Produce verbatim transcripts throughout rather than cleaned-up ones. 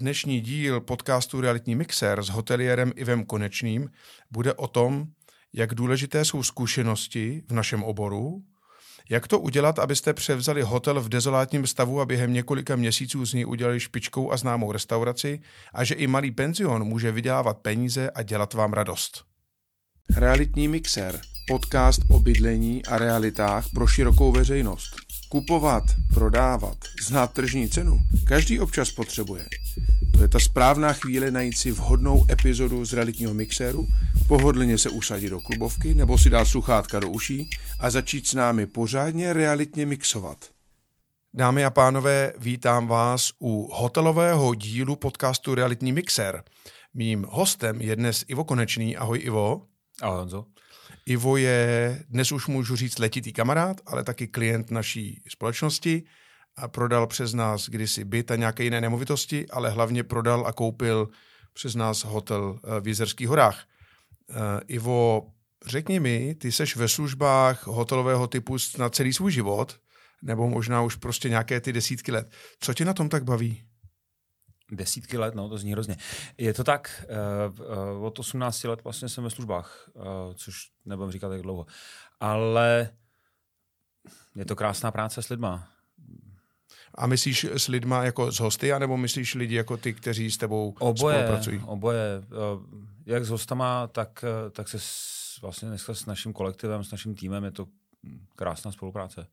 Dnešní díl podcastu Realitní mixer s hoteliérem Ivem Konečným bude o tom, jak důležité jsou zkušenosti v našem oboru, jak to udělat, abyste převzali hotel v dezolátním stavu a během několika měsíců z něj udělali špičkou a známou restauraci a že i malý penzion může vydělávat peníze a dělat vám radost. Realitní mixer, podcast o bydlení a realitách pro širokou veřejnost. Kupovat, prodávat, znát tržní cenu, každý občas potřebuje. To je ta správná chvíle najít si vhodnou epizodu z realitního mixéru, pohodlně se usadit do klubovky nebo si dát sluchátka do uší a začít s námi pořádně realitně mixovat. Dámy a pánové, vítám vás u hotelového dílu podcastu Realitní mixer. Mým hostem je dnes Ivo Konečný. Ahoj Ivo. Ahoj Honzo. Ivo je, dnes už můžu říct, letitý kamarád, ale taky klient naší společnosti a prodal přes nás kdysi byt a nějaké jiné nemovitosti, ale hlavně prodal a koupil přes nás hotel v Jizerských horách. Uh, Ivo, řekni mi, ty seš ve službách hotelového typu na celý svůj život, nebo možná už prostě nějaké ty desítky let. Co tě na tom tak baví? Desítky let, no to zní hrozně. Je to tak, uh, uh, od osmnácti let vlastně jsem ve službách, uh, což nebudem říkat tak dlouho. Ale je to krásná práce s lidma. A myslíš s lidma jako s hosty, anebo myslíš lidi jako ty, kteří s tebou oboje, spolupracují? Oboje. Uh, jak s hostama, tak, uh, tak se s, vlastně dneska s naším kolektivem, s naším týmem je to krásná spolupráce.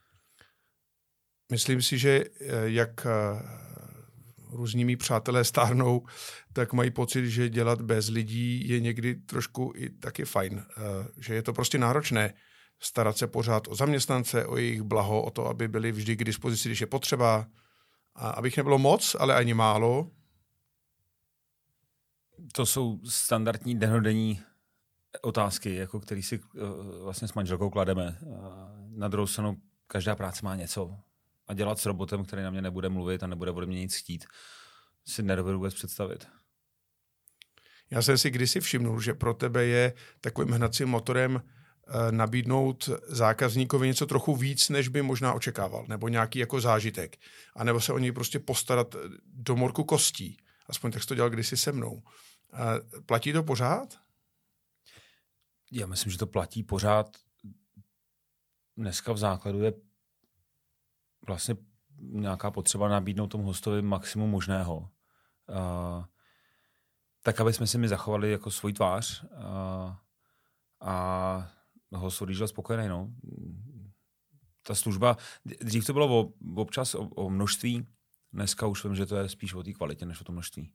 Myslím si, že jak různí mý přátelé stárnou, tak mají pocit, že dělat bez lidí je někdy trošku i taky fajn. Že je to prostě náročné starat se pořád o zaměstnance, o jejich blaho, o to, aby byli vždy k dispozici, když je potřeba. A abych nebylo moc, ale ani málo. To jsou standardní denodenní otázky, jako který si vlastně s manželkou klademe. Na druhou stranu každá práce má něco. A dělat s robotem, který na mě nebude mluvit a nebude ode mě nic chtít, si nedovedu vůbec představit. Já jsem si kdysi všimnul, že pro tebe je takovým hnacím motorem e, nabídnout zákazníkovi něco trochu víc, než by možná očekával, nebo nějaký jako zážitek. A nebo se o něj prostě postarat do morku kostí. Aspoň tak jsi to dělal kdysi se mnou. E, platí to pořád? Já myslím, že to platí pořád. Dneska v základu je vlastně nějaká potřeba nabídnout tomu hostovi maximum možného. Uh, tak, aby jsme si mi zachovali jako svůj tvář uh, a host odjížděl spokojený. No. Ta služba, dřív to bylo o, občas o, o množství, dneska už vím, že to je spíš o té kvalitě, než o tom množství.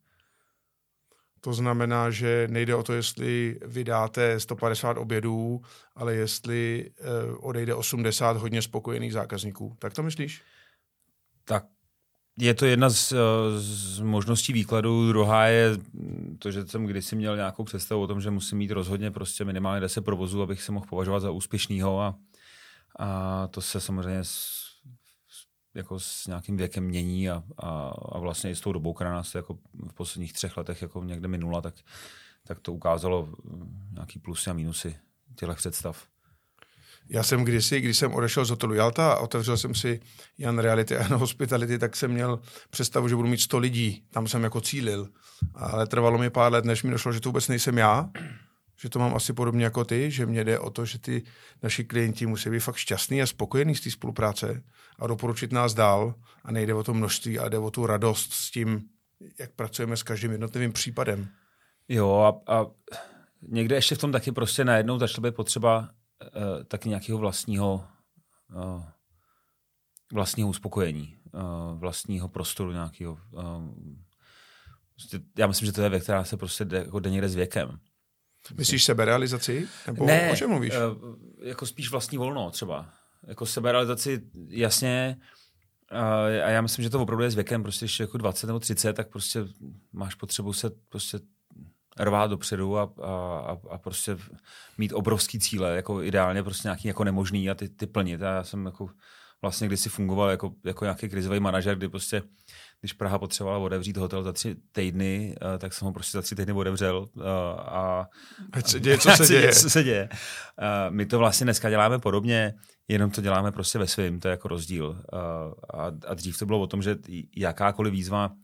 To znamená, že nejde o to, jestli vydáte sto padesát obědů, ale jestli uh, odejde osmdesát hodně spokojených zákazníků. Tak to myslíš? Tak je to jedna z, z možností výkladu. Druhá je to, že jsem kdysi měl nějakou představu o tom, že musím mít rozhodně prostě minimálně deset provozů, abych se mohl považovat za úspěšnýho a, a to se samozřejmě s, jako s nějakým věkem mění a, a, a vlastně i s tou dobou, která nás jako v posledních třech letech jako někde minula, tak, tak to ukázalo nějaký plusy a minusy těchto představ. Já jsem kdysi, když jsem odešel z hotelu Jalta a otevřel jsem si Jan Reality a Hospitality, tak jsem měl představu, že budu mít sto lidí. Tam jsem jako cílil. Ale trvalo mi pár let, než mi došlo, že to vůbec nejsem já, že to mám asi podobně jako ty, že mě jde o to, že ty naši klienti musí být fakt šťastný a spokojení z té spolupráce a doporučit nás dál. A nejde o to množství, ale jde o tu radost s tím, jak pracujeme s každým jednotlivým případem. Jo a, a někde ještě v tom taky prostě najednou začalo být potřeba uh, taky nějakého vlastního uh, vlastního uspokojení, uh, vlastního prostoru nějakého. Uh, prostě, já myslím, že to je věc, která se prostě de, jako denně jde s věkem. Myslíš seberealizaci? Nebo ne, o čem mluvíš? Uh, jako spíš vlastní volno třeba. Jako seberealizaci jasně uh, a já myslím, že to opravdu je s věkem, prostě ještě jako dvacet nebo třicet, tak prostě máš potřebu se prostě rvát dopředu a, a, a prostě mít obrovský cíle, jako ideálně prostě nějaký jako nemožný a ty, ty plnit. A já jsem jako vlastně kdysi fungoval jako, jako nějaký krizový manažer, kdy prostě, když Praha potřebovala otevřít hotel za tři týdny, uh, tak jsem ho prostě za tři týdny otevřel. Uh, a, Ať se děje, co se děje. Co se děje. Uh, my to vlastně dneska děláme podobně, jenom to děláme prostě ve svým, to je jako rozdíl. Uh, a, a dřív to bylo o tom, že jakákoliv výzva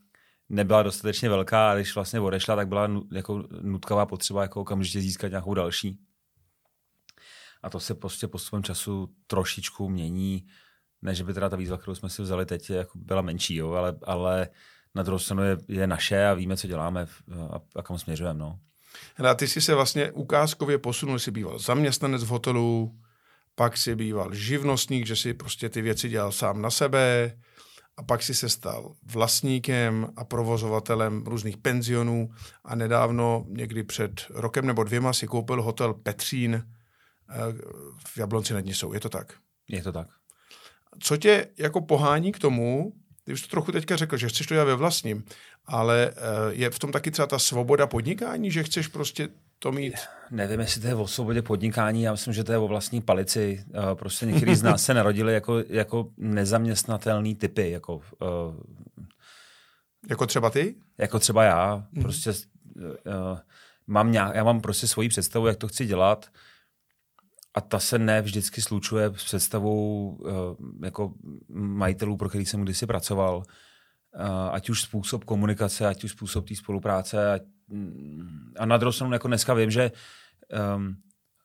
nebyla dostatečně velká a když vlastně odešla, tak byla jako nutkavá potřeba jako okamžitě získat nějakou další. A to se prostě postupem času trošičku mění, ne, že by teda ta výzva, kterou jsme si vzali teď, jako byla menší, jo, ale, ale na druhou stranu je, je naše a víme, co děláme a, a kam směřujeme. No. Hele, a ty jsi se vlastně ukázkově posunul, jsi býval zaměstnanec v hotelu, pak jsi býval živnostník, že si prostě ty věci dělal sám na sebe a pak si se stal vlastníkem a provozovatelem různých penzionů a nedávno, někdy před rokem nebo dvěma, si koupil hotel Petřín v Jablonci nad Nisou. Je to tak? Je to tak. Co tě jako pohání k tomu, ty už to trochu teďka řekl, že chceš to dělat ve vlastním, ale je v tom taky třeba ta svoboda podnikání, že chceš prostě to mít? Nevím, jestli to je o svobodě podnikání, já myslím, že to je o vlastní palici. Prostě některý z nás se narodili jako, jako nezaměstnatelný typy. Jako, uh, jako třeba ty? Jako třeba já. Mm. Prostě uh, mám nějak, já mám prostě svoji představu, jak to chci dělat. A ta se ne vždycky slučuje s představou uh, jako majitelů, pro který jsem kdysi pracoval. Uh, ať už způsob komunikace, ať už způsob té spolupráce. Ať, a na druhou stranu jako dneska vím, že um,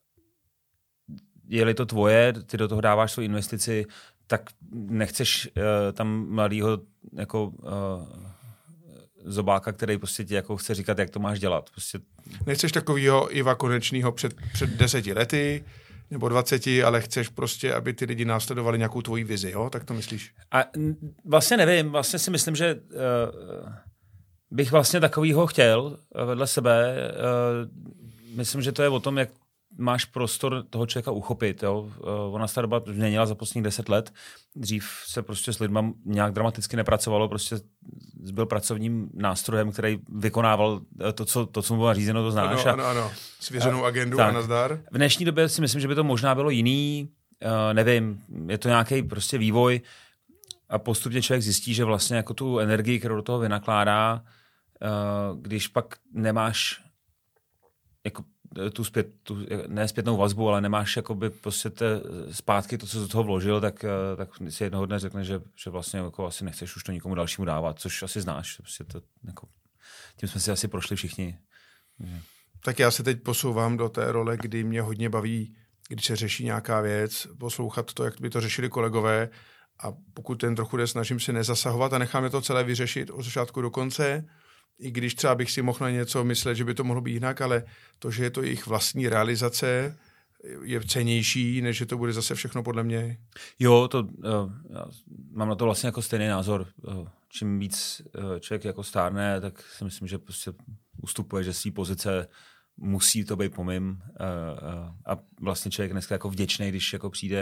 je-li to tvoje, ty do toho dáváš svou investici, tak nechceš uh, tam mladýho jako uh, zobáka, který prostě ti jako chce říkat, jak to máš dělat. Prostě... Nechceš takovýho Iva Konečnýho před, před deseti lety, nebo dvaceti, ale chceš prostě, aby ty lidi následovali nějakou tvoji vizi, jo? Tak to myslíš? A vlastně nevím, vlastně si myslím, že uh, bych vlastně takovýho chtěl vedle sebe. Uh, myslím, že to je o tom, jak máš prostor toho člověka uchopit. Jo? Uh, ona se ta doba změnila za posledních deset let. Dřív se prostě s lidma nějak dramaticky nepracovalo, prostě byl pracovním nástrojem, který vykonával to, co, to, co mu bylo řízeno, to znáš. Ano, ano, ano. Svěřenou agendu tak. A nazdar. V dnešní době si myslím, že by to možná bylo jiný. Uh, nevím, je to nějaký prostě vývoj a postupně člověk zjistí, že vlastně jako tu energii, kterou do toho vynakládá, uh, když pak nemáš jako tu, zpět, tu ne zpětnou vazbu, ale nemáš jakoby prostě te, zpátky to, co do toho vložil, tak, tak si jednoho dne řekne, že, že vlastně jako asi nechceš už to nikomu dalšímu dávat, což asi znáš. Prostě to, jako, tím jsme si asi prošli všichni. Tak já se teď posouvám do té role, kdy mě hodně baví, když se řeší nějaká věc, poslouchat to, jak by to řešili kolegové a pokud ten trochu jde, snažím se nezasahovat a necháme to celé vyřešit od začátku do konce, i když třeba bych si mohl na něco myslet, že by to mohlo být jinak, ale to, že je to jejich vlastní realizace, je cennější, než že to bude zase všechno podle mě. Jo, to, uh, já mám na to vlastně jako stejný názor. Uh, čím víc uh, člověk jako stárne, tak si myslím, že prostě ustupuje, že svý pozice musí to být pomým. Uh, uh, a vlastně člověk dneska jako vděčný, když jako přijde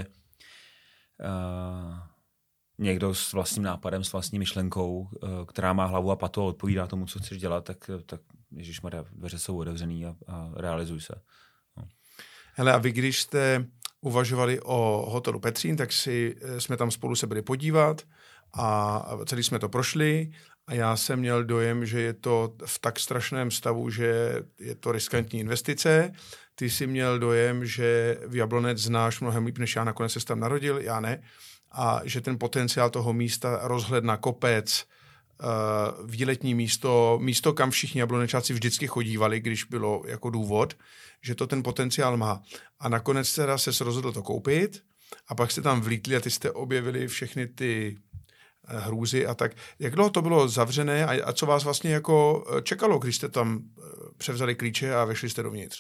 uh, někdo s vlastním nápadem, s vlastní myšlenkou, která má hlavu a patu a odpovídá tomu, co chceš dělat, tak, tak ježišmarja, dveře jsou otevřený a, a realizuj se. No. Hele, a vy, když jste uvažovali o hotelu Petřín, tak si, jsme tam spolu se byli podívat a celý jsme to prošli a já jsem měl dojem, že je to v tak strašném stavu, že je to riskantní investice. Ty jsi měl dojem, že v Jablonec znáš mnohem líp, než já, nakonec se tam narodil, já ne. A že ten potenciál toho místa, rozhledna, kopec, uh, výletní místo, místo, kam všichni Jablonečáci vždycky chodívali, když bylo jako důvod, že to ten potenciál má. A nakonec teda se rozhodl to koupit a pak jste tam vlítli a ty jste objevili všechny ty uh, hrůzy a tak. Jak dlouho to bylo zavřené a, a co vás vlastně jako čekalo, když jste tam uh, převzali klíče a vešli jste dovnitř?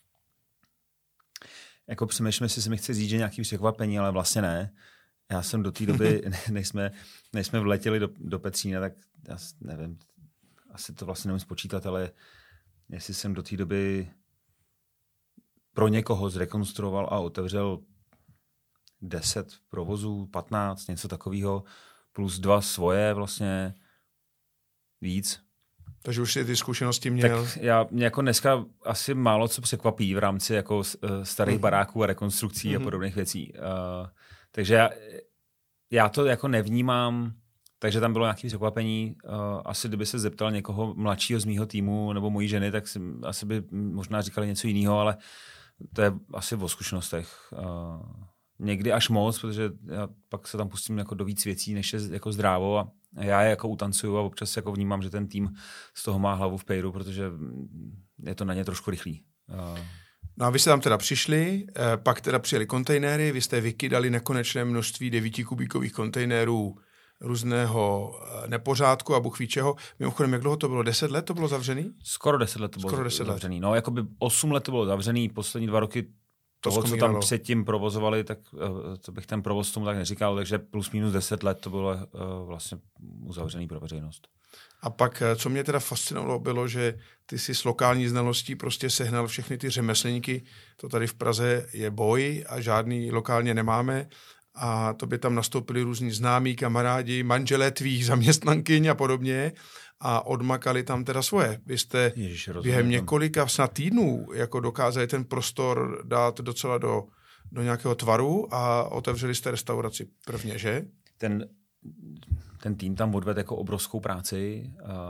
Jako přemýšlím, jestli si mi chce říct, že nějaký překvapení, ale vlastně ne. Já jsem do té doby, než jsme, než jsme vletěli do, do Petřína, tak já nevím, asi to vlastně nevím spočítat, ale jestli jsem do té doby pro někoho zrekonstruoval a otevřel deset provozů, patnáct, něco takového, plus dva svoje vlastně víc. Takže už si ty zkušenosti měl. Tak já, mě jako dneska asi málo co překvapí v rámci jako starých mm. baráků a rekonstrukcí mm. a podobných věcí. Uh, takže já, já to jako nevnímám, takže tam bylo nějaké překvapení. Uh, asi kdyby se zeptal někoho mladšího z mýho týmu nebo mojí ženy, tak si, asi by možná říkali něco jiného, ale to je asi o zkušenostech. Uh, někdy až moc, protože já pak se tam pustím jako do víc věcí, než je jako zdrávo a já je jako utancuju a občas jako vnímám, že ten tým z toho má hlavu v pejru, protože je to na ně trošku rychlý. No a vy jste tam teda přišli, pak teda přijeli kontejnery, vy jste vykydali nekonečné množství devítikubíkových kontejnerů různého nepořádku a bůh ví čeho. Mimochodem, jak dlouho to bylo? Deset let to bylo zavřený? Skoro deset let to bylo Skoro deset zavřený. Let. No, jakoby osm let to bylo zavřený, poslední dva roky toho, co tam předtím provozovali, tak to bych ten provoz tomu tak neříkal, takže plus minus deset let to bylo vlastně uzavřený pro veřejnost. A pak, co mě teda fascinovalo, bylo, že ty si s lokální znalostí prostě sehnal všechny ty řemeslníky. To tady v Praze je boj a žádný lokálně nemáme. A to by tam nastoupili různí známí, kamarádi, manželé tvých zaměstnankyň a podobně a odmakali tam teda svoje. Vy jste Ježiš, během několika snad týdnů jako dokázali ten prostor dát docela do, do nějakého tvaru a otevřeli jste restauraci prvně, že? Ten, ten tým tam odvedl jako obrovskou práci.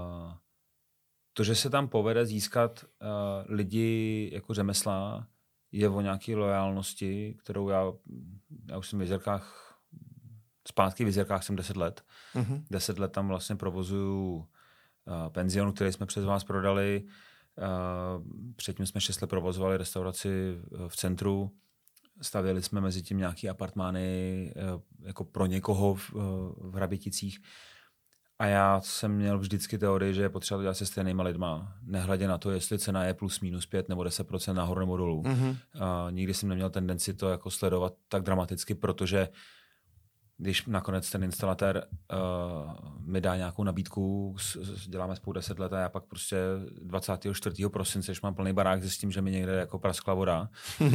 To, že se tam povede získat lidi jako řemesla, je o nějaké loajálnosti, kterou já, já už jsem v Jizerkách, zpátky v Jizerkách jsem deset let. Mm-hmm. Deset let tam vlastně provozuju uh, penzion, který jsme přes vás prodali. Uh, předtím jsme šest let provozovali restauraci v centru. Stavěli jsme mezi tím nějaké apartmány uh, jako pro někoho v, uh, v Hraběticích. A já jsem měl vždycky teorii, že je potřeba to dělat se stejnýma lidma. Nehledě na to, jestli cena je plus minus pět nebo deset procent nahoru nebo dolů. Mm-hmm. A nikdy jsem neměl tendenci to jako sledovat tak dramaticky, protože když nakonec ten instalatér uh, mi dá nějakou nabídku, s, s, děláme spolu deset let a já pak prostě dvacátého čtvrtého prosince, když mám plný barák, zjistím, že mi někde jako praskla voda,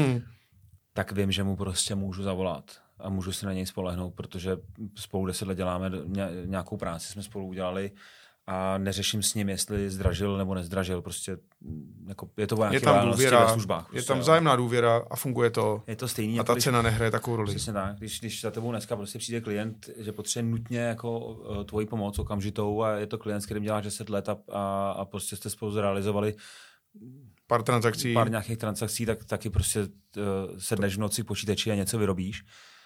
tak vím, že mu prostě můžu zavolat. A můžu se na něj spolehnout, protože spolu deset let děláme nějakou práci, jsme spolu udělali a neřeším s ním, jestli zdražil nebo nezdražil. Prostě jako je to o nějaké loajálnosti ve službách. Prostě, je tam vzájemná důvěra a funguje to. Je to stejný. A ta když, cena nehraje takovou roli. Přesně tak. Když, když za tebou dneska prostě přijde klient, že potřebuje nutně jako tvoji pomoc okamžitou a je to klient, s kterým děláš deset let a, a, a prostě jste spolu zrealizovali pár transakcí. Pár nějakých transakcí, tak taky prostě uh, sedneš v noci k počítači a něco vyrobíš.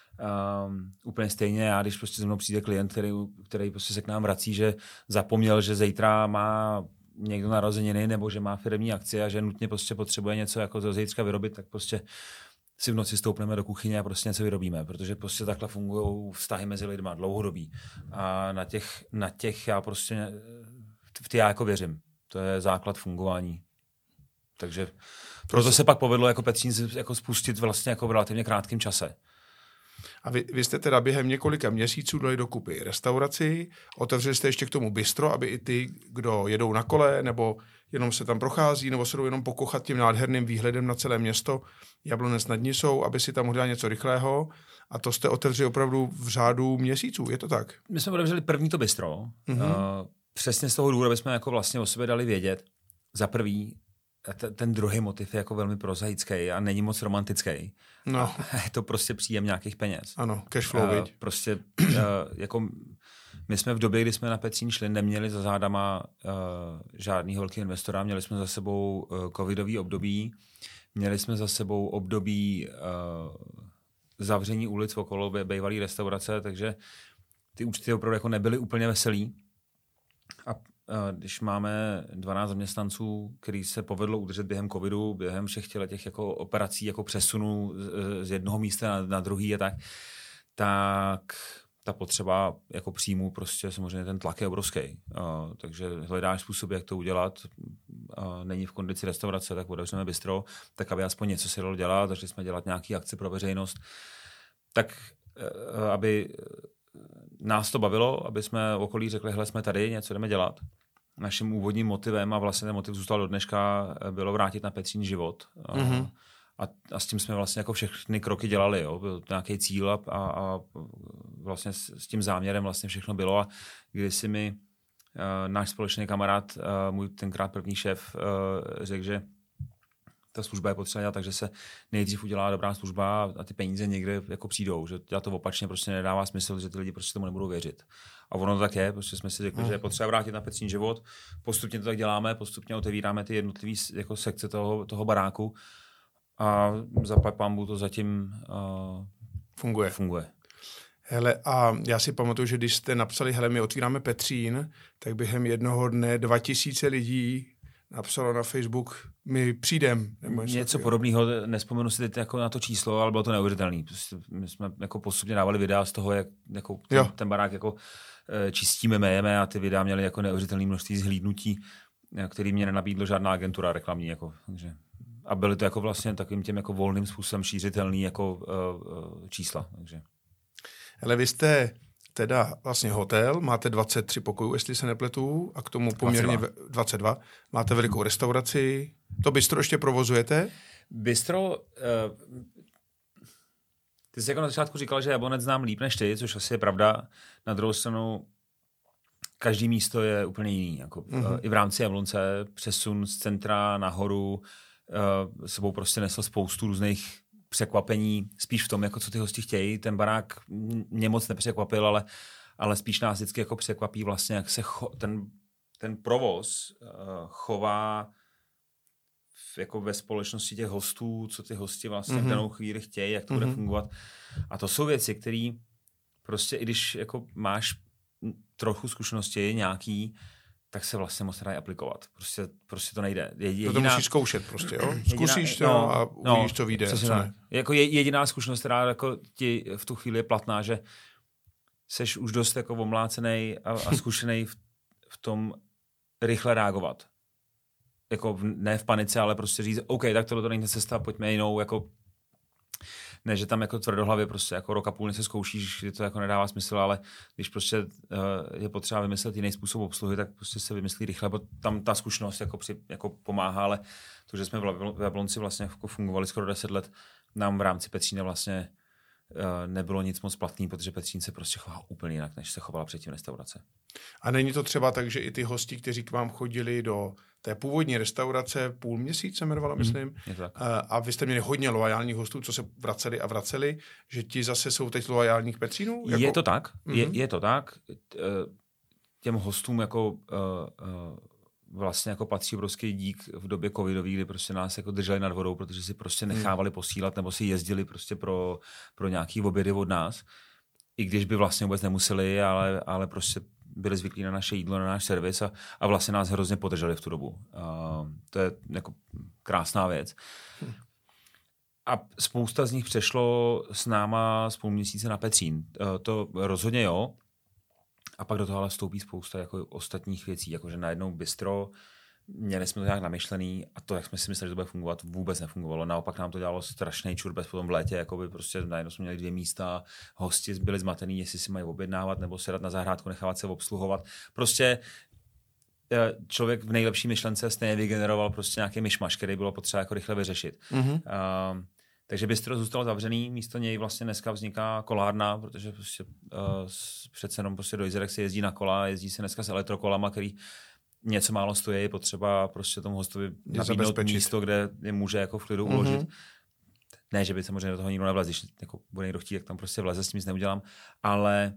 Um, úplně stejně já, když prostě se mnou přijde klient, který, který prostě se k nám vrací, že zapomněl, že zítra má někdo narozeniny nebo že má firemní akcie a že nutně prostě potřebuje něco jako do zítřka vyrobit, tak prostě si v noci stoupneme do kuchyně a prostě něco vyrobíme, protože prostě takhle fungují vztahy mezi lidma dlouhodobí. A na těch, na těch já prostě v ty já jako věřím. To je základ fungování. Takže proto se pak povedlo jako Petřín jako spustit vlastně jako v relativně krátkém čase. A vy, vy jste teda během několika měsíců dali dokupy restauraci, otevřeli jste ještě k tomu bistro, aby i ty, kdo jedou na kole, nebo jenom se tam prochází, nebo se jdou jenom pokochat tím nádherným výhledem na celé město Jablonec nad Nisou, aby si tam mohli něco rychlého. A to jste otevřeli opravdu v řádu měsíců, je to tak? My jsme otevřeli první to bistro. Mm-hmm. Uh, přesně z toho důvodu, aby jsme jako vlastně o sobě dali vědět. Za prvý, ten druhý motiv je jako velmi prozaický a není moc romantický. No. A je to prostě příjem nějakých peněz. Ano, cash flow, uh, Prostě uh, jako my jsme v době, kdy jsme na Petřín šli, neměli za zádama uh, žádného velkého investora, měli jsme za sebou uh, covidový období, měli jsme za sebou období uh, zavření ulic okolo bývalý restaurace, takže ty účty opravdu jako nebyly úplně veselý. A když máme dvanáct zaměstnanců, který se povedlo udržet během covidu, během všech těch jako operací, jako přesunů z jednoho místa na, na druhý a tak, tak ta potřeba jako příjmu, prostě samozřejmě ten tlak je obrovský. Uh, takže hledáš způsob, jak to udělat. Uh, není v kondici restaurace, tak otevřeme bistro, tak aby aspoň něco se dalo dělat, začali jsme dělat nějaké akce pro veřejnost. Tak uh, aby nás to bavilo, aby jsme v okolí řekli, hele, jsme tady, něco jdeme dělat. Naším úvodním motivem, a vlastně ten motiv zůstal do dneška, bylo vrátit na Petřín život. Mm-hmm. A, a s tím jsme vlastně jako všechny kroky dělali. Jo. Byl to nějaký cíl a, a, a vlastně s, s tím záměrem vlastně všechno bylo. A když si mi uh, náš společný kamarád, uh, můj tenkrát první šéf, uh, řekl, že ta služba je potřeba dělat, takže se nejdřív udělá dobrá služba a ty peníze někde jako přijdou. Že dělat to opačně prostě nedává smysl, že ty lidi prostě tomu nebudou věřit. A ono to tak je, prostě jsme si řekli, mm. že je potřeba vrátit na Petřín život. Postupně to tak děláme, postupně otevíráme ty jednotlivé jako sekce toho, toho baráku a za pambu to zatím uh, Funguje. Funguje. Hele, a já si pamatuju, že když jste napsali, hele, my otvíráme Petřín, tak během jednoho dne dva tisíce lidí napsalo na Facebook, my přijdem. Něco podobného, nespomenu si teď jako na to číslo, ale bylo to neuvěřitelné. My jsme jako postupně dávali videa z toho, jak jako ten, ten barák jako čistíme, mejeme a ty videa měly jako neuvěřitelné množství zhlídnutí, který mě nenabídlo žádná agentura reklamní. Jako, takže. A byly to jako vlastně takovým tím jako volným způsobem šířitelný jako uh, čísla. Takže. Ale vy jste teda vlastně hotel, máte dvacet tři pokojů, jestli se nepletu, a k tomu poměrně dvacet dva. dvacet dva. Máte velikou restauraci. To bistro ještě provozujete? Bistro, uh, ty jsi jako na začátku říkal, že Jablonec znám líp než ty, což asi je pravda. Na druhou stranu každý místo je úplně jiný. Jako, mm-hmm. uh, I v rámci Jablonce přesun z centra nahoru uh, sebou prostě nesl spoustu různých překvapení, spíš v tom, jako co ty hosti chtějí. Ten barák mě moc nepřekvapil, ale, ale spíš nás vždycky jako překvapí vlastně, jak se cho, ten, ten provoz uh, chová v, jako ve společnosti těch hostů, co ty hosti vlastně mm-hmm. v danou chvíli chtějí, jak to mm-hmm. bude fungovat. A to jsou věci, které prostě, i když jako máš trochu zkušenosti nějaký, tak se vlastně moc nedají aplikovat. Prostě, prostě to nejde. Jediná, to musíš zkoušet prostě, jo? Zkusíš to no, a uvidíš, no, co vyjde. Co ne. Jako je, jediná zkušenost, která jako ti v tu chvíli je platná, že seš už dost jako omlácenej a, a zkušenej v, v tom rychle reagovat. Jako v, ne v panice, ale prostě říct, OK, tak tohle to není cesta, pojďme jinou, jako ne, že tam jako tvrdohlavě prostě jako rok a půl se zkoušíš, že to jako nedává smysl, ale když prostě uh, je potřeba vymyslet jiný způsob obsluhy, tak prostě se vymyslí rychle, bo tam ta zkušenost jako, při, jako pomáhá, ale to, že jsme v Jablonci vlastně jako fungovali skoro deset let, nám v rámci Petřína vlastně uh, nebylo nic moc platný, protože Petřín se prostě chová úplně jinak, než se chovala předtím restaurace. A není to třeba tak, že i ty hosti, kteří k vám chodili do té původní restaurace, půl měsíce jmenovala, myslím, mm, a vy jste měli hodně loajálních hostů, co se vraceli a vraceli, že ti zase jsou teď loajální k Petřínu? Jako... Je to tak, mm-hmm. je, je to tak. Těm hostům jako uh, uh, vlastně jako patří obrovský dík v době covidový, kdy prostě nás jako drželi nad vodou, protože si prostě nechávali posílat nebo si jezdili prostě pro, pro nějaký obědy od nás. I když by vlastně vůbec nemuseli, ale, ale prostě byli zvyklí na naše jídlo, na náš servis a, a vlastně nás hrozně podrželi v tu dobu. Uh, to je jako krásná věc. Hm. A spousta z nich přešlo s náma z půl měsíce na Petřín. Uh, to rozhodně jo. A pak do toho ale vstoupí spousta jako ostatních věcí, jakože najednou bistro, měli jsme to nějak namyšlený a to, jak jsme si mysleli, že to bude fungovat, vůbec nefungovalo. Naopak nám to dělalo strašný čurbes potom v létě, jakoby prostě najednou jsme měli dvě místa, hosti byli zmatený, jestli si mají objednávat nebo sedat na zahrádku, nechávat se obsluhovat. Prostě člověk v nejlepší myšlence stejně vygeneroval prostě nějaký myšmaš, který bylo potřeba jako rychle vyřešit. Mm-hmm. Uh, takže bistro zůstalo zavřený, místo něj vlastně dneska vzniká kolárna, protože prostě uh, přece jenom prostě do Izerek se jezdí na kola, jezdí se dneska s elektrokolama, který něco málo stojí, je potřeba prostě tomu hostovi nabídnout místo, kde je může jako v klidu uložit. Mm-hmm. Ne, že by samozřejmě do toho nikdo nevlez, když jako bude někdo chtít, tak tam prostě vleze, s tím nic neudělám, ale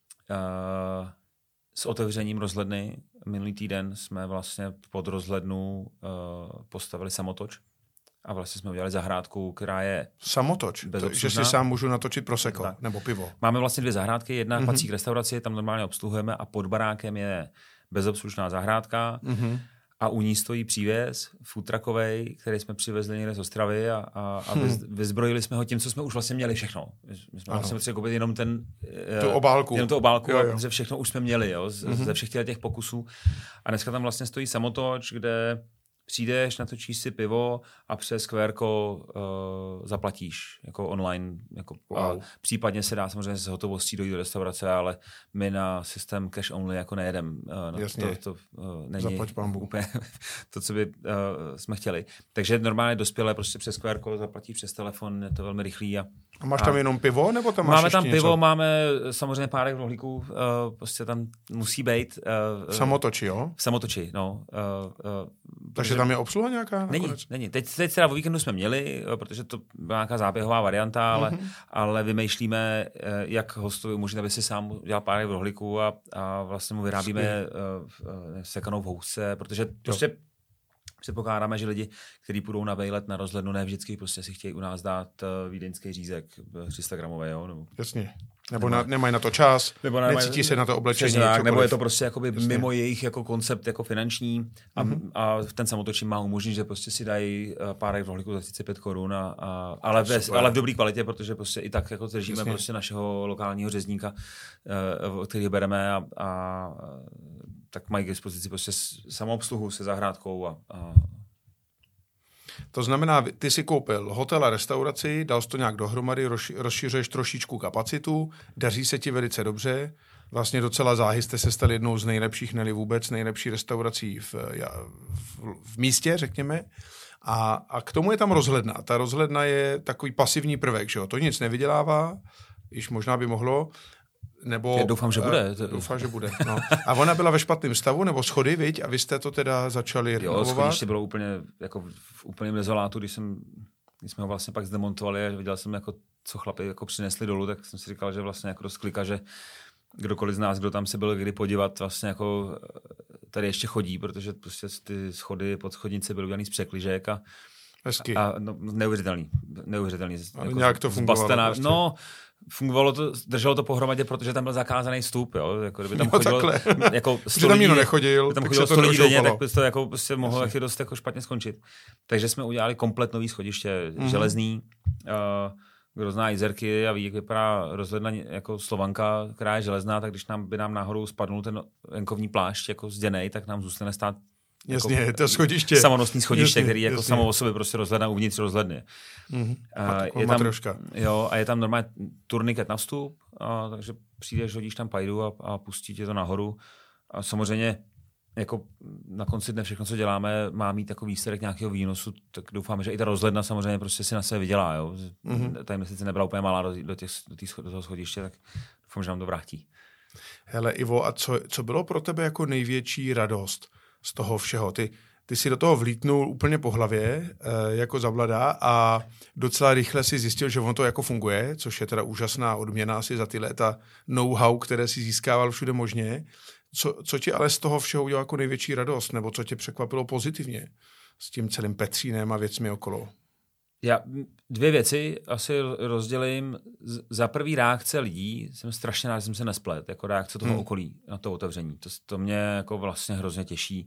uh, s otevřením rozhledny minulý týden jsme vlastně pod rozhlednu uh, postavili samotoč a vlastně jsme udělali zahrádku, která je samotoč, to, že si sám můžu natočit prosecco nebo pivo. Máme vlastně dvě zahrádky, jedna mm-hmm. patří k restauraci, tam normálně obsluhujeme a pod barákem je bezobslužná zahrádka mm-hmm. a u ní stojí přívěs foodtruckovej, který jsme přivezli někde z Ostravy a, a, a hmm. vyzbrojili jsme ho tím, co jsme už vlastně měli všechno. My jsme ano. vlastně potřebovali koupit jenom ten tu obálku, jenom tu obálku, jo, jo. protože všechno už jsme měli, jo, z, mm-hmm. ze všech těch pokusů. A dneska tam vlastně stojí samotoč, kde přijdeš, natočíš si pivo a přes Q R kód uh, zaplatíš jako online. Jako, wow. A případně se dá samozřejmě s hotovostí dojít do restaurace, ale my na systém cash only jako nejedem. Uh, Jasně. To, to uh, není úplně to, co by uh, jsme chtěli. Takže normálně dospělé prostě přes Q R kód zaplatíš přes telefon, je to velmi rychlý. A, a máš tam a jenom pivo, nebo tam máš máme tam něco? Pivo, máme samozřejmě párek rohlíků, uh, prostě tam musí být. Uh, v samotoči, jo? V samotoči, no. Uh, uh, Takže tam je obsluha nějaká? Není, není. Teď, teď teda o víkendu jsme měli, protože to byla nějaká záběhová varianta, ale, mm-hmm. ale vymýšlíme, jak hostovi umožnit, aby si sám udělal pár v rohlíku a, a vlastně mu vyrábíme uh, sekanou v housce, protože prostě Předpokládáme, že lidi, kteří půjdou na vejlet na rozhlednu, ne vždycky prostě si chtějí u nás dát uh, vídeňský řízek tři sta gramový, jo? Nebo... Jasně. Nebo na, nemají na to čas, nebo nemaj, necítí se na to oblečení. Tak, nebo je to prostě jakoby mimo jejich jako koncept jako finanční a, mm-hmm. a ten samotočím má umožnit, že prostě si dají pár rohlíků za třicet pět korun, a, a, ale, ve, ale v dobré kvalitě, protože prostě i tak jako držíme prostě našeho lokálního řezníka, uh, který bereme a, a tak mají k dispozici prostě samoobsluhu se zahrádkou a, a to znamená, ty si koupil hotel a restauraci, dal jsi to nějak dohromady, rozšiřuješ trošičku kapacitu, daří se ti velice dobře, vlastně docela záhy jste se stali jednou z nejlepších, neli vůbec nejlepší restaurací v, v, v místě, řekněme. A, a k tomu je tam rozhledna. Ta rozhledna je takový pasivní prvek, že jo? To nic nevydělává, již možná by mohlo. Nebo, Já doufám, že bude. Doufám, že bude. No. A ona byla ve špatném stavu, nebo schody, viď? A vy jste to teda začali renovovat? Jo, schodiště bylo úplně jako v úplném dezolátu, když, jsem, když jsme ho vlastně pak zdemontovali a viděl jsem, jako, co chlapi jako přinesli dolů, tak jsem si říkal, že vlastně jako dost klika, že kdokoliv z nás, kdo tam se byl kdy podívat, vlastně jako tady ještě chodí, protože prostě ty schody pod schodnici byly udělaný z překližek a Hezky. A no, neuvěřitelný. neuvěřitelný jako nějak to fungovalo. Prostě. No, fungovalo to, drželo to pohromadě, protože tam byl zakázaný vstup, jo. Jako, kdyby tam jo, chodilo, takhle. Jako sto tam nikdo nechodil, kdyby tam chodilo sto lidí denně, tak by to jako prostě mohlo jako dost jako špatně skončit. Takže jsme udělali komplet nový schodiště, mm-hmm. železný. Uh, kdo zná Jizerky a ví, jak vypadá rozhledna jako Slovanka, která je železná, tak když nám by nám náhodou spadnul ten venkovní plášť jako zděnej, tak nám zůstane stát Jasně, jako to schodiště. Samonosný schodiště, jasně, který jako jasně. samo o sobě prostě rozhledna uvnitř rozhledny. Mm-hmm. A je tam, jo, a je tam normálně turniket na vstup, a, takže přijdeš, hodíš tam pajdu a, a pustí tě to nahoru. A samozřejmě jako na konci dne všechno, co děláme, má mít takový výsledek nějakého výnosu, tak doufáme, že i ta rozhledna samozřejmě prostě si na sebe vydělá. Jo. Mm-hmm. Ta investice nebyla úplně malá do, do, těch, do, těch, do toho schodiště, tak doufám, že nám to vrátí. Hele Ivo, a co, co bylo pro tebe jako největší radost z toho všeho? Ty, ty si do toho vlítnul úplně po hlavě, e, jako zavladá a docela rychle si zjistil, že ono to jako funguje, což je teda úžasná odměna asi za ty léta know-how, které si získával všude možně. Co, co ti ale z toho všeho udělalo jako největší radost, nebo co tě překvapilo pozitivně s tím celým Petřínem a věcmi okolo? Já dvě věci asi rozdělím. Za prvý reakce lidí, jsem strašně rád, že jsem se nesplet, jako reakce toho hmm. okolí na to otevření. To, to mě jako vlastně hrozně těší.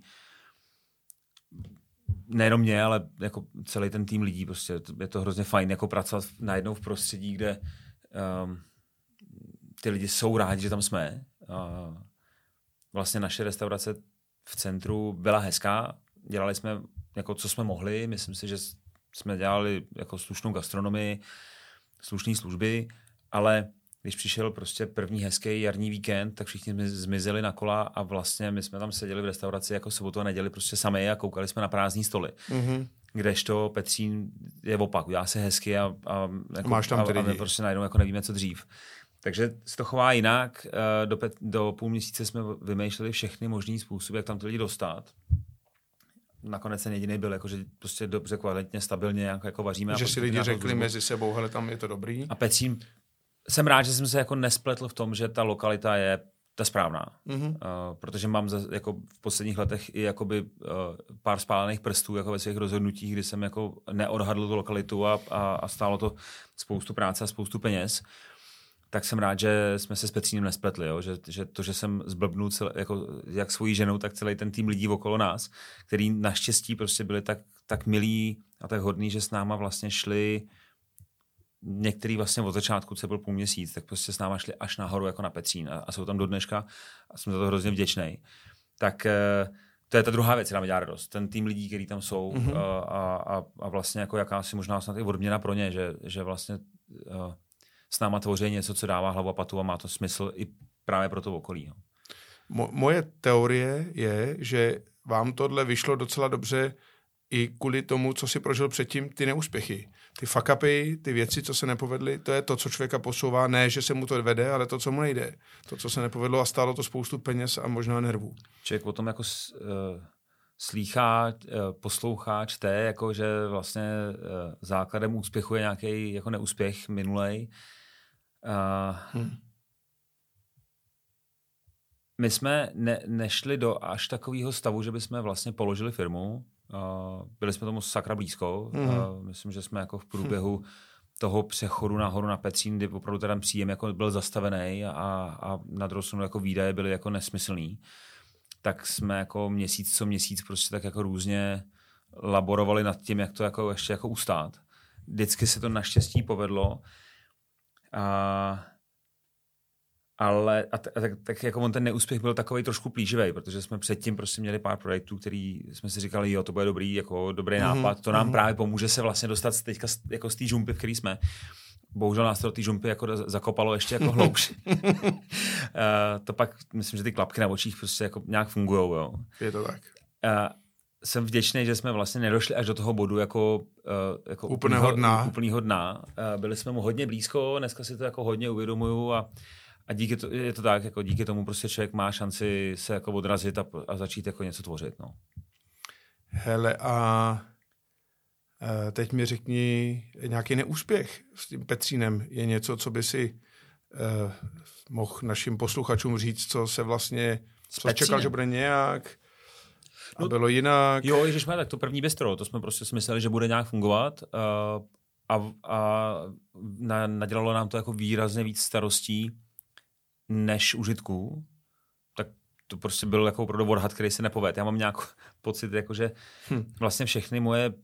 Nejenom mě, ale jako celý ten tým lidí, prostě je to hrozně fajn jako pracovat najednou v prostředí, kde um, ty lidi jsou rádi, že tam jsme. Uh, vlastně naše restaurace v centru byla hezká, dělali jsme jako co jsme mohli, myslím si, že jsme dělali jako slušnou gastronomii, slušné služby, ale když přišel prostě první hezký jarní víkend, tak všichni zmizeli na kola a vlastně my jsme tam seděli v restauraci jako sobotu a neděli prostě sami a koukali jsme na prázdný stoly. Mm-hmm. Kdežto Petřín je opak, udělá se hezky a, a, jako, máš tam a, a my prostě najednou jako nevíme, co dřív. Takže se to chová jinak. Do, pet, do půl měsíce jsme vymýšleli všechny možný způsoby, jak tam ty lidi dostat. Nakonec ten jediný byl, jako, že prostě dobře, kvalitně, stabilně jako, jako vaříme. Že a si lidi řekli službu. Mezi sebou, hele, tam je to dobrý. A Petřín, jsem rád, že jsem se jako nespletl v tom, že ta lokalita je ta správná. Mm-hmm. Uh, protože mám za, jako v posledních letech i jakoby, uh, pár spálených prstů jako ve svých rozhodnutích, kdy jsem jako neodhadl tu lokalitu a, a, a stálo to spoustu práce a spoustu peněz. Tak jsem rád, že jsme se s Petřínem nespletli, jo? Že, že to, že jsem zblbnul celé, jako, jak svojí ženou, tak celý ten tým lidí okolo nás, který naštěstí prostě byli tak, tak milí a tak hodní, že s náma vlastně šli některý vlastně od začátku, co byl půl měsíc, tak prostě s náma šli až nahoru jako na Petřín a, a jsou tam do dneška a jsem za to hrozně vděčný. Tak to je ta druhá věc, která mi dělá radost. Ten tým lidí, který tam jsou mm-hmm. a, a, a vlastně jako jakási možná snad i odměna pro ně, že, že vlastně s náma tvoří něco, co dává hlavu a patu a má to smysl i právě pro to okolí. No. Mo- moje teorie je, že vám tohle vyšlo docela dobře i kvůli tomu, co si prožil předtím, ty neúspěchy. Ty fuck upy, ty věci, co se nepovedly, to je to, co člověka posouvá. Ne, že se mu to vede, ale to, co mu nejde. To, co se nepovedlo a stálo to spoustu peněz a možná nervů. Člověk o tom jako uh, slýchá, uh, poslouchá, čte, jako že vlastně uh, základem úspěchu je nějaký jako neúspěch minulej. Uh, hmm. My jsme ne, nešli do až takového stavu, že bychom vlastně položili firmu. Uh, byli jsme tomu sakra blízko. Mm. Uh, myslím, že jsme jako v průběhu hm. toho přechodu nahoru na Petřín, kdy opravdu ten příjem jako byl zastavený a, a na druhou stranu jako výdaje byly jako nesmyslný, tak jsme jako měsíc co měsíc prostě tak jako různě laborovali nad tím, jak to jako ještě jako ustát. Vždycky se to naštěstí povedlo. A ale a t- a tak, tak jako on ten neúspěch byl takový trošku plíživý, protože jsme předtím prostě měli pár projektů, který jsme si říkali, jo, to bude dobrý, jako dobrý mm-hmm. nápad, to nám mm-hmm. právě pomůže se vlastně dostat teďka z, jako z té žumpy, v který jsme. Bohužel nás to do té žumpy jako zakopalo ještě jako hloubš. uh, to pak, myslím, že ty klapky na očích prostě jako nějak fungujou, jo. Je to tak. Uh, jsem vděčný, že jsme vlastně nedošli až do toho bodu jako, uh, jako úplného dna. Úplnýho dna. Uh, byli jsme mu hodně blízko, dneska si to jako hodně uvědomuju a A díky to, je to tak, jako díky tomu prostě člověk má šanci se jako odrazit a, a začít jako něco tvořit. No. Hele, a teď mi řekni, nějaký neúspěch s tím Petřínem je něco, co by si eh, mohl našim posluchačům říct, co se vlastně, co čekal, že bude nějak a no, bylo jinak. Jo, ježišmar, tak to první bistro, to jsme prostě si mysleli, že bude nějak fungovat uh, a, a na, nadělalo nám to jako výrazně víc starostí než užitků, tak to prostě byl jako opravdu odhad, který se nepovedl. Já mám nějaký pocit, jako že hm. vlastně všechny moje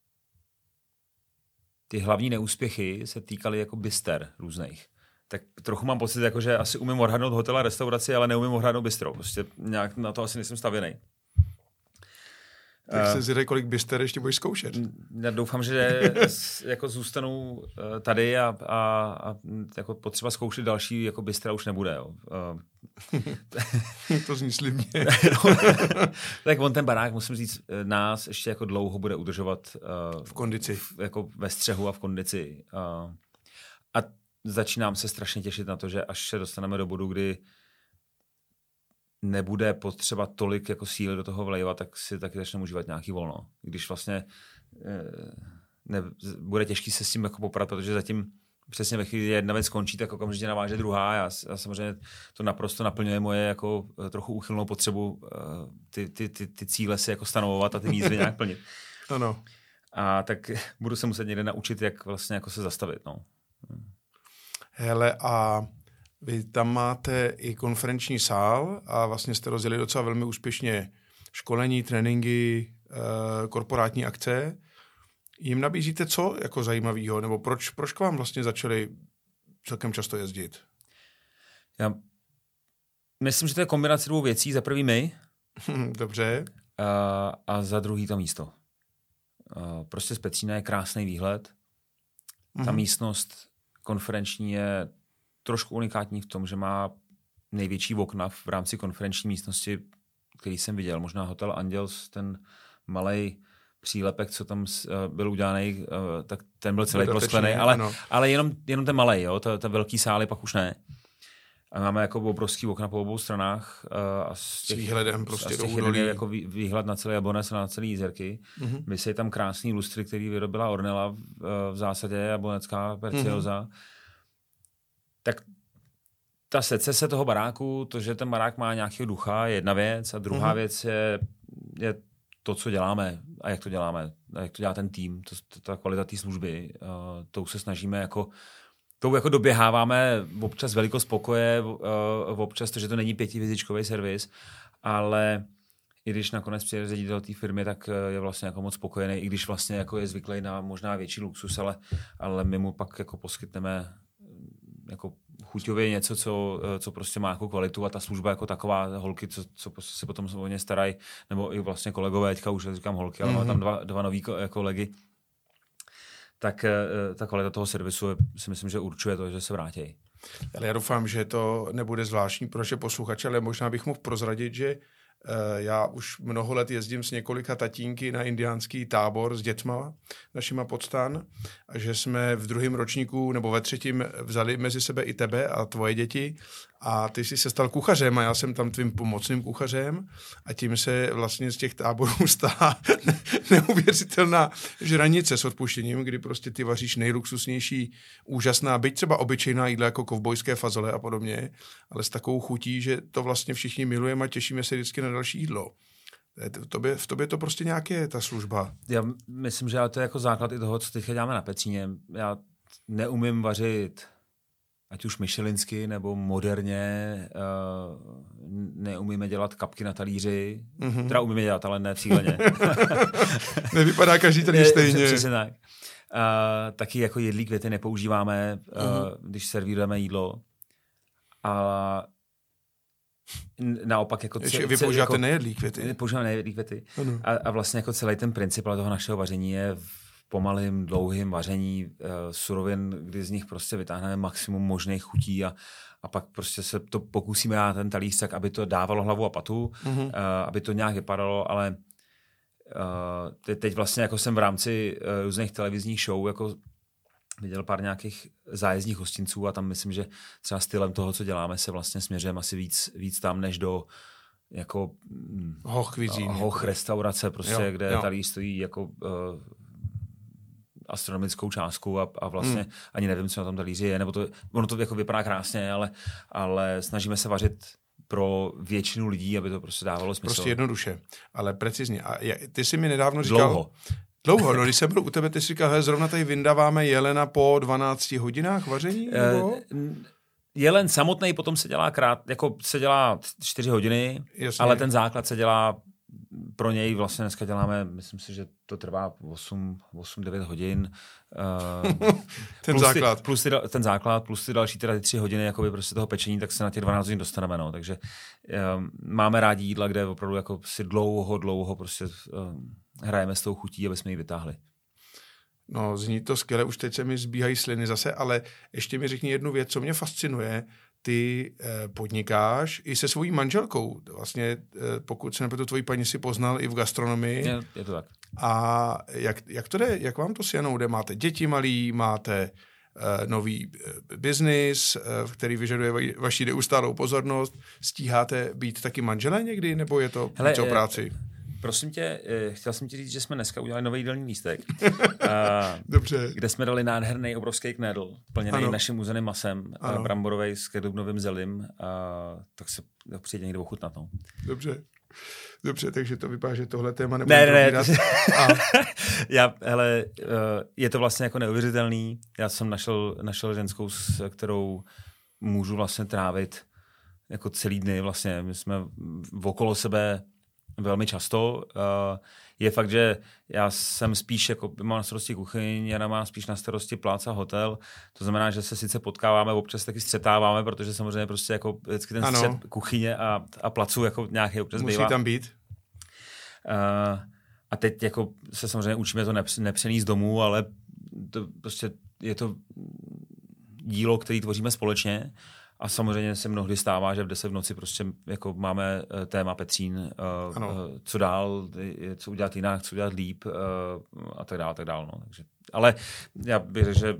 ty hlavní neúspěchy se týkaly jako bister různých. Tak trochu mám pocit, jako že asi umím odhadnout hotel a restauraci, ale neumím odhadnout bistro. Prostě nějak na to asi nejsem stavěný. Tak se zjede, kolik bister ještě budeš zkoušet. Já doufám, že jako zůstanu tady a, a, a jako potřeba zkoušet další jako bistra už nebude. Jo. To zní slibně. No, tak on ten barák, musím říct, nás ještě jako dlouho bude udržovat v kondici. V, jako ve střehu a v kondici. A začínám se strašně těšit na to, že až se dostaneme do bodu, kdy nebude potřeba tolik jako síly do toho vlejvat, tak si taky začneme užívat nějaký volno. Když vlastně ne, bude těžký se s tím jako poprat, protože zatím přesně ve chvíli, jedna věc skončí, tak okamžitě naváže druhá. Já, já samozřejmě to naprosto naplňuje moje jako trochu úchylnou potřebu ty, ty, ty, ty cíle si jako stanovovat a ty výzvy nějak plnit. Ano. A tak budu se muset někde naučit, jak vlastně jako se zastavit. No. Hele, a vy tam máte i konferenční sál a vlastně jste rozjeli docela velmi úspěšně školení, tréninky, korporátní akce. Jim nabízíte co jako zajímavého? Nebo proč, proč k vám vlastně začali celkem často jezdit? Já myslím, že to je kombinace dvou věcí. Za prvý my. Dobře. A, a za druhý to místo. A prostě z Petřína je krásný výhled. Ta mm-hmm. místnost konferenční je trošku unikátní v tom, že má největší okna v rámci konferenční místnosti, který jsem viděl. Možná Hotel Anděls, ten malej přílepek, co tam byl udělaný, tak ten byl celý prosklený, ale, ale jenom, jenom ten malej, jo, ta, ta velký sály pak už ne. A máme jako obrovský okna po obou stranách. A z těch, s výhledem prostě a z těch do údolí. Je jako výhled na celý Jablonec a na celý Jizerky. Mm-hmm. Vysejí tam krásný lustry, který vyrobila Ornella v, v zásadě, jablonecká Perciosa. Mm-hmm. Tak ta secese toho baráku, to, že ten barák má nějakého ducha, je jedna věc a druhá mm-hmm. věc je, je to, co děláme a jak to děláme, a jak to dělá ten tým, to, to, ta kvalita té služby. Uh, tou se snažíme jako, tou jako doběháváme občas velikost pokoje, uh, občas to, že to není pětivězdičkový servis, ale i když nakonec přijde ředitel té firmy, tak je vlastně jako moc spokojený, i když vlastně jako je zvyklý na možná větší luxus, ale, ale my mu pak jako poskytneme jako chuťově něco, co, co prostě má jako kvalitu a ta služba jako taková, holky, co, co se potom o ně starají, nebo i vlastně kolegové, teďka už říkám holky, ale mm-hmm. máme tam dva, dva nový kolegy, tak ta kvalita toho servisu si myslím, že určuje to, že se vrátí. Ale já doufám, že to nebude zvláštní pro naše posluchače, ale možná bych mohl prozradit, že já už mnoho let jezdím s několika tatínky na indiánský tábor s dětma našima Podstan a že jsme v druhém ročníku nebo ve třetím vzali mezi sebe i tebe a tvoje děti a ty jsi se stal kuchařem a já jsem tam tvým pomocným kuchařem a tím se vlastně z těch táborů stala neuvěřitelná žranice s odpuštěním, kdy prostě ty vaříš nejluxusnější, úžasná, byť třeba obyčejná jídla jako kovbojské fazole a podobně, ale s takovou chutí, že to vlastně všichni milujeme a těšíme se vždycky na další jídlo. V tobě, v tobě to prostě nějak je, ta služba. Já myslím, že to je jako základ i toho, co teďka děláme na Petříně. Já neumím vařit ať už michelinsky nebo moderně, uh, neumíme dělat kapky na talíři, mm-hmm. teda umíme dělat, ale ne cíleně. Nevypadá každý talíř stejně. Přesně tak. Uh, taky jako jedlí květy nepoužíváme, uh, mm-hmm. když servírujeme jídlo. A naopak jako... Ještě vy používáte jako, nejedlý květy. Používáme nejedlý květy. A, a vlastně jako celý ten princip toho našeho vaření je v pomalým, dlouhým vaření uh, surovin, kdy z nich prostě vytáhneme maximum možných chutí a, a pak prostě se to pokusíme na ten talíř tak, aby to dávalo hlavu a patu, mm-hmm. uh, aby to nějak vypadalo, ale uh, te, teď vlastně jako jsem v rámci uh, různých televizních show jako viděl pár nějakých zájezdních hostinců a tam myslím, že třeba stylem toho, co děláme, se vlastně směřujeme asi víc, víc tam, než do jako hoch cuisine, hoch restaurace, prostě, jo, kde jo. talíř stojí jako uh, astronomickou částku a, a vlastně hmm. ani nevím, co na tom talíři je, nebo to, ono to jako vypadá krásně, ale, ale snažíme se vařit pro většinu lidí, aby to prostě dávalo smysl. Prostě jednoduše, ale precizně. A ty jsi mi nedávno říkal... Dlouho. Dlouho, no když jsem byl u tebe, ty jsi říkal, hele, zrovna tady vyndáváme jelena po dvanácti hodinách vaření? Nebo? Uh, jelen samotný potom se dělá krát, jako se dělá čtyři hodiny, jasně. Ale ten základ se dělá pro něj vlastně dneska děláme, myslím si, že to trvá osm devět hodin. Uh, ten plus základ. Ty, plus ty, ten základ, plus ty další teda ty tři hodiny jakoby prostě toho pečení, tak se na těch dvanáct hodin dostaneme. No. Takže um, máme rádi jídla, kde opravdu jako si dlouho, dlouho prostě um, hrajeme s tou chutí, aby jsme ji vytáhli. No, zní to skvěle, už teď se mi zbíhají sliny zase, ale ještě mi řekni jednu věc, co mě fascinuje. Ty eh, podnikáš i se svojí manželkou. Vlastně, eh, pokud se nepletu, tvoji paní si poznal i v gastronomii. Je, je to tak. A jak, jak to jde? Jak vám to s Janou jde? Máte děti malí, máte eh, nový eh, biznis, eh, který vyžaduje va- vaši neustálou pozornost. Stíháte být taky manželé někdy, nebo je to víc o práci? Prosím tě, chtěl jsem ti říct, že jsme dneska udělali nový jídelní lístek, Dobře. Kde jsme dali nádherný obrovský knedl, plněný ano. naším uzeným masem, bramborovej s kedubnovým zelím, a tak se přijde někdo ochutnat. No. Dobře. Dobře, takže to vypadá, že tohle téma nebude ne, ne, ne. A... Já, hele, je to vlastně jako neuvěřitelný. Já jsem našel, našel ženskou, s kterou můžu vlastně trávit jako celý dny vlastně. My jsme okolo sebe velmi často. Uh, je fakt, že já jsem spíš, jako mám na starosti kuchyň, Jana má spíš na starosti plác a hotel. To znamená, že se sice potkáváme, občas taky střetáváme, protože samozřejmě prostě jako vždycky ten střet kuchyně a, a placu jako nějaký občas musí bývá. tam být. Uh, a teď jako se samozřejmě učíme to nepř- nepřenést domů, ale to prostě je to dílo, který tvoříme společně. A samozřejmě se mnohdy stává, že v deset v noci prostě jako máme téma Petřín, uh, co dál, co udělat jinak, co udělat líp uh, a tak dále, tak dále. No. Takže, ale já bych řekl, že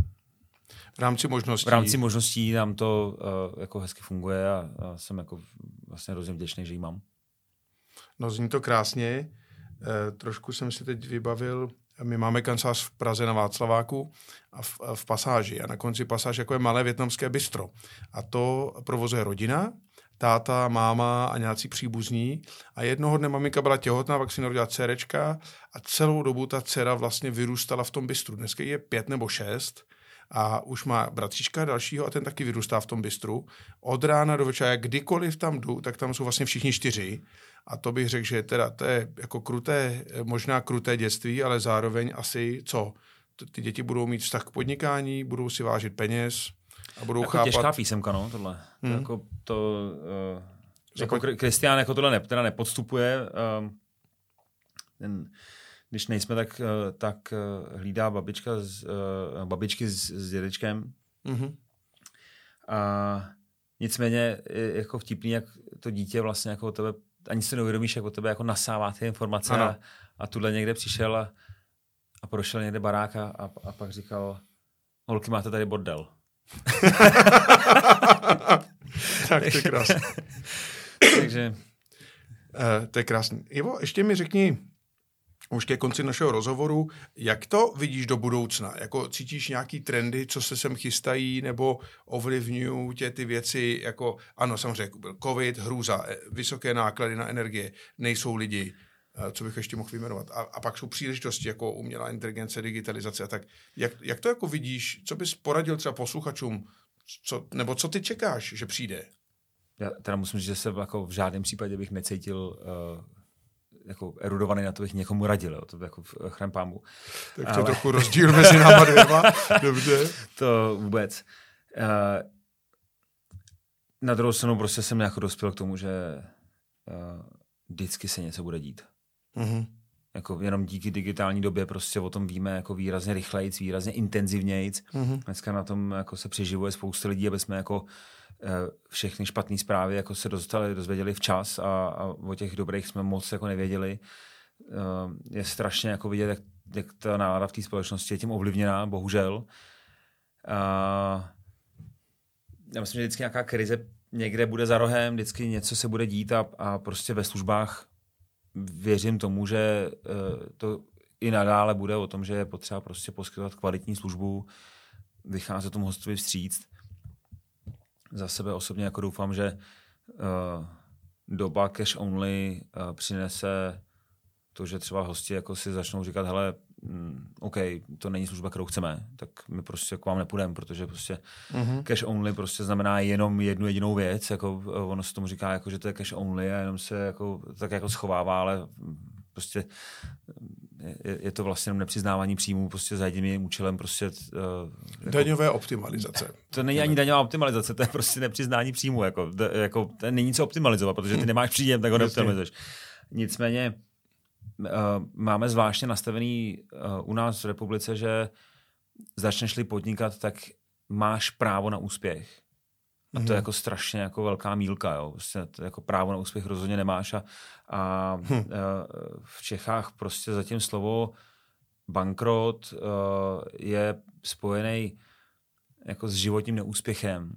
v rámci možností, v rámci možností nám to uh, jako hezky funguje a, a jsem jako vlastně hrozně vděčný, že ji mám. No zní to krásně. E, trošku jsem si teď vybavil, my máme kancelář v Praze na Václaváku a v, a v Pasáži. A na konci Pasáž jako je malé vietnamské bistro. A to provozuje rodina, táta, máma a nějací příbuzní. A jednoho dne maminka byla těhotná, pak si narodila dcerečka a celou dobu ta dcera vlastně vyrůstala v tom bistru. Dneska je pět nebo šest a už má bratříčka dalšího a ten taky vyrůstá v tom bistru. Od rána do večera, jak kdykoliv tam jdu, tak tam jsou vlastně všichni čtyři. A to bych řekl, že teda to je jako kruté, možná kruté dětství, ale zároveň asi co? Ty děti budou mít vztah k podnikání, budou si vážit peněz a budou jako chápat... těžká písemka, no, tohle. Hmm. Jako to... Uh, jako Kristián jako tohle ne, teda nepodstupuje. Uh, ten, když nejsme, tak, uh, tak uh, hlídá babička z, uh, babičky s, s dědečkem. Mm-hmm. A nicméně je jako vtipný, jak to dítě vlastně jako tebe ani si neuvědomíš, jak od tebe jako nasává ty informace a, a tuhle někde přišel a, a prošel někde barák a, a, a pak říkal, holky, máte tady bordel. Tak to je krásné. Takže... Uh, to je krásný. Ivo, ještě mi řekni, už ke konci našeho rozhovoru, jak to vidíš do budoucna? Jako cítíš nějaký trendy, co se sem chystají, nebo ovlivňují tě ty věci, jako ano, samozřejmě byl covid, hrůza, vysoké náklady na energie, nejsou lidi, co bych ještě mohl vyjmenovat. A, a pak jsou příležitosti, jako umělá inteligence, digitalizace a tak. Jak, jak to jako vidíš? Co bys poradil třeba posluchačům? Co, nebo co ty čekáš, že přijde? Já teda musím říct, že se jako v žádném případě bych necítil uh, jako erudovaný na to, bych někomu radil. Jo. To by jako chraň pámu. Tak to ale... je trochu rozdíl mezi náma dvěma. Dobře. To vůbec. Uh, na druhou stranu prostě jsem jako dospěl k tomu, že uh, vždycky se něco bude dít. Mm-hmm. Jako jenom díky digitální době prostě o tom víme jako výrazně rychlejc, výrazně intenzivnějc. Mm-hmm. Dneska na tom jako se přeživuje spousta lidí, aby jsme jako všechny špatné zprávy jako se dostali, dozvěděli včas a, a o těch dobrých jsme moc jako nevěděli. Je strašně jako vidět, jak, jak ta nálada v té společnosti je tím ovlivněná, bohužel. A já myslím, že vždycky nějaká krize někde bude za rohem, vždycky něco se bude dít a, a prostě ve službách věřím tomu, že to i nadále bude o tom, že je potřeba prostě poskytovat kvalitní službu, vycházet tomu hostovi vstříct. Za sebe osobně jako doufám, že uh, doba cash only uh, přinese to, že třeba hosti jako si začnou říkat, hele, mm, OK, to není služba, kterou chceme, tak my prostě k vám nepůjdeme, protože prostě mm-hmm. cash only prostě znamená jenom jednu jedinou věc, jako uh, ono se tomu říká, jako, že to je cash only a jenom se jako, tak jako schovává, ale prostě je, je to vlastně nepřiznávání příjmů prostě za jediným účelem prostě... Uh, jako, daňové optimalizace. To není ani daňová optimalizace, to je prostě nepřiznání příjmů. Jako, to, jako, to není co optimalizovat, protože ty nemáš příjem, tak ho neoptimalizuješ. Nicméně uh, máme zvláštně nastavený uh, u nás v republice, že začneš-li podnikat, tak máš právo na úspěch. A to je jako strašně jako velká mílka. Jo. Prostě jako právo na úspěch rozhodně nemáš. A, a hm. v Čechách prostě zatím slovo bankrot uh, je spojený jako s životním neúspěchem.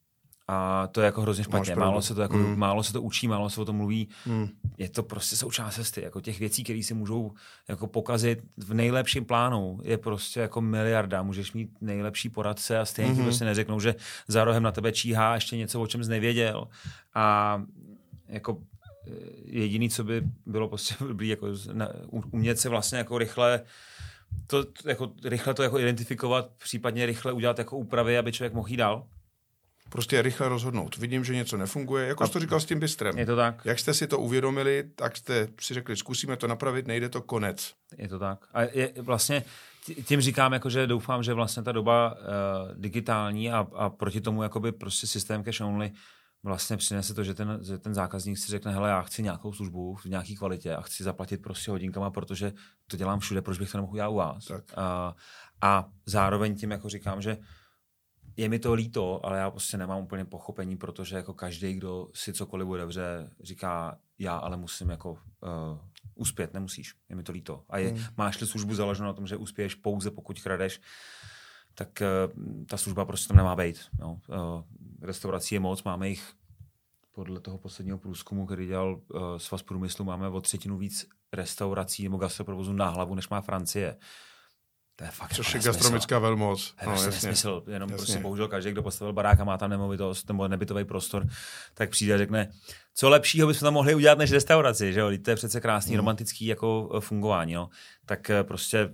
A to je jako hrozně špatně. Málo se to, jako, mm. málo se to učí, málo se o tom mluví. Mm. Je to prostě součást cesty. Jako těch věcí, které si můžou jako pokazit v nejlepším plánu, je prostě jako miliarda. Můžeš mít nejlepší poradce a stejně mm-hmm. ti prostě neřeknou, že za rohem na tebe číhá ještě něco, o čem jsi nevěděl. A jako jediný, co by bylo prostě dobrý, jako umět se vlastně jako rychle to, jako, rychle to jako identifikovat, případně rychle udělat jako úpravy, aby člověk mohl jít dál. Prostě rychle rozhodnout. Vidím, že něco nefunguje. Jako jsi to říkal s tím bistrem. Je to tak. Jak jste si to uvědomili, tak jste si řekli, zkusíme to napravit, nejde to, konec. Je to tak. A je, vlastně tím říkám, jako, že doufám, že vlastně ta doba uh, digitální a, a proti tomu jakoby prostě systém cash only vlastně přinese to, že ten, že ten zákazník si řekne, hele, já chci nějakou službu v nějaké kvalitě a chci zaplatit prostě hodinkama, protože to dělám všude, proč bych to nemohl dělat u vás. Tak. A, a zároveň tím jako říkám, že je mi to líto, ale já prostě nemám úplně pochopení, protože jako každý, kdo si cokoliv otevře, říká, já ale musím jako uh, uspět, nemusíš, je mi to líto. A je, hmm. máš-li službu založenou na tom, že uspěješ pouze, pokud kradeš, tak uh, ta služba prostě tam nemá být. No. Uh, restaurací je moc, máme jich podle toho posledního průzkumu, který dělal uh, Svaz průmyslu, máme o třetinu víc restaurací nebo gastroprovozu na hlavu, než má Francie. To je fakt což je gastronomická velmoc. To je vlastně nesmysl. Jenom jasně. Prostě bohužel každý, kdo postavil barák a má tam nemovitost nebo nebytový prostor, tak přijde a řekne, co lepšího bychom tam mohli udělat než restauraci, že jo? To je přece krásný, hmm. romantický jako fungování, no. Tak prostě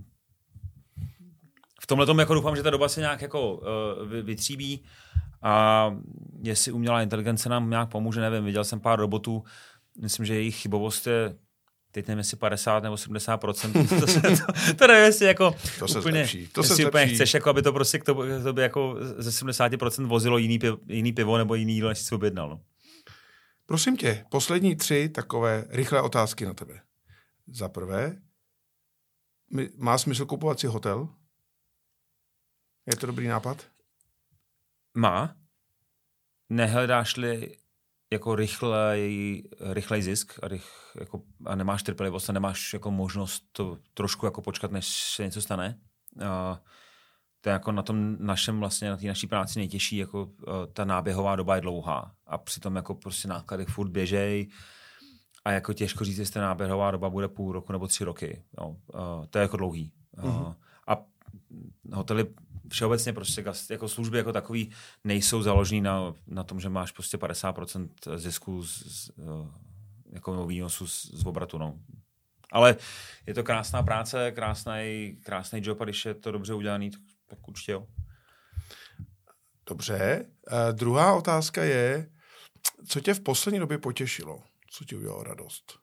v tomhle tomu jako doufám, že ta doba se nějak jako uh, vytříbí a jestli umělá inteligence nám nějak pomůže, nevím, viděl jsem pár robotů, myslím, že jejich chybovost je teď nevím, jestli padesát nebo sedmdesát procent. To, se, to, to nevím, jestli jako to se úplně, zlepší. To jestli se úplně zlepší. chceš, jako, aby to prostě k tobě jako ze sedmdesát procent vozilo jiný pivo, jiný pivo nebo jiný jídlo, než jsi objednal. No. Prosím tě, poslední tři takové rychlé otázky na tebe. Za prvé, má smysl kupovat si hotel? Je to dobrý nápad? Má. Nehledáš-li jako rychlej, rychlej zisk a, rych, jako, a nemáš trpělivost a nemáš jako možnost to trošku jako počkat, než se něco stane. A to je jako na tom našem vlastně, na té naší práci nejtěžší, jako ta náběhová doba je dlouhá a přitom jako prostě náklady furt běžej a jako těžko říct, jestli ta náběhová doba bude půl roku nebo tři roky. Jo. Uh, to je jako dlouhý. Uh, mm-hmm. A hotely všeobecně prostě jako služby jako takový nejsou založený na, na tom, že máš prostě padesát procent zisku z, z, jako výnosu z, z obratu. No. Ale je to krásná práce, krásný, krásný job a když je to dobře udělaný, tak, tak určitě jo. Dobře. Uh, druhá otázka je, co tě v poslední době potěšilo? Co ti udělalo radost?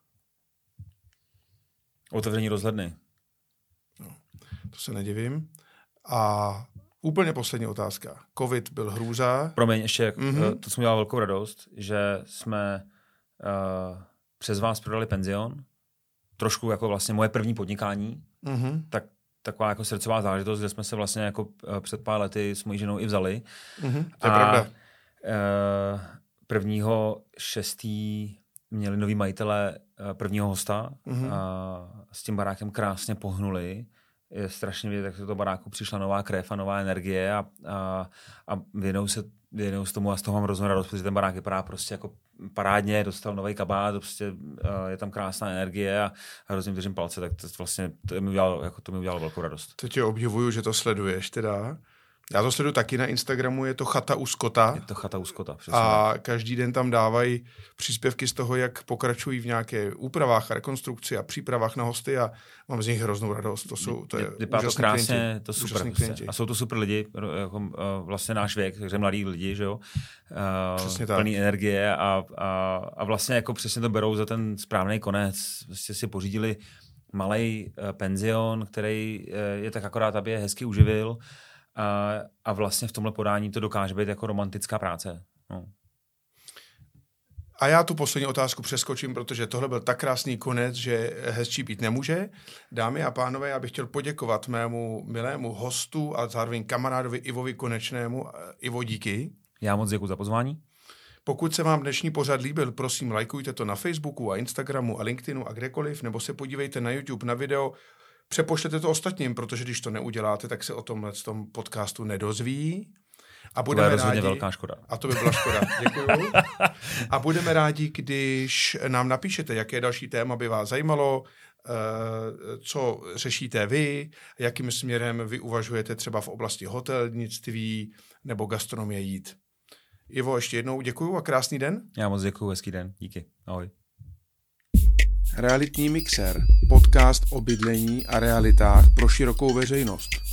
Otevření rozhledny. No, to se nedivím. A úplně poslední otázka. Covid byl hrůza. Promiň, ještě, mm-hmm. to, co mi udělalo velkou radost, že jsme uh, přes vás prodali penzion, trošku jako vlastně moje první podnikání, mm-hmm. tak taková jako srdcová záležitost, kde jsme se vlastně jako uh, před pár lety s mojí ženou i vzali. Mm-hmm, to je a, pravda. Uh, prvního šestý měli noví majitele uh, prvního hosta mm-hmm. a s tím barákem krásně pohnuli. Je strašně vidět, jak se do baráku přišla nová krev a nová energie a, a, a věnou se, věnou se tomu a z toho mám rozhodně radost, protože ten barák vypadá prostě jako parádně, dostal nový kabát, prostě, je tam krásná energie a hrozně držím palce, tak to vlastně to mi udělalo, jako to mi udělalo velkou radost. To tě obdivuju, že to sleduješ teda. Já to sleduju taky na Instagramu, je to Chata u Skota. Je to Chata u Skota, přesně. A každý den tam dávají příspěvky z toho, jak pokračují v nějaké úpravách a rekonstrukci a přípravách na hosty a mám z nich hroznou radost. To jsou, to je vypadá to krásně, klienti, to super. Prostě. A jsou to super lidi, jako, vlastně náš věk, takže mladí lidi, že jo. Přesně tak. Plný energie a, a, a vlastně jako přesně to berou za ten správný konec. Vlastně si pořídili malej penzion, který je tak akorát, aby je hezky uživil. A, a vlastně v tomhle podání to dokáže být jako romantická práce. No. A já tu poslední otázku přeskočím, protože tohle byl tak krásný konec, že hezčí být nemůže. Dámy a pánové, já bych chtěl poděkovat mému milému hostu a zároveň kamarádovi Ivovi Konečnému. Ivo, díky. Já moc děkuji za pozvání. Pokud se vám dnešní pořad líbil, prosím, lajkujte to na Facebooku a Instagramu a LinkedInu a kdekoliv, nebo se podívejte na YouTube na video. Přepošlete to ostatním, protože když to neuděláte, tak se o tomhle tom podcastu nedozví. A budeme to je rozhodně rádi, velká škoda. A to by byla škoda. Děkuju. A budeme rádi, když nám napíšete, jaké další téma by vás zajímalo, co řešíte vy, jakým směrem vy uvažujete třeba v oblasti hotelnictví nebo gastronomie jít. Ivo, ještě jednou děkuju a krásný den. Já moc děkuju, hezký den. Díky. Ahoj. Realitní mixer, podcast o bydlení a realitách pro širokou veřejnost.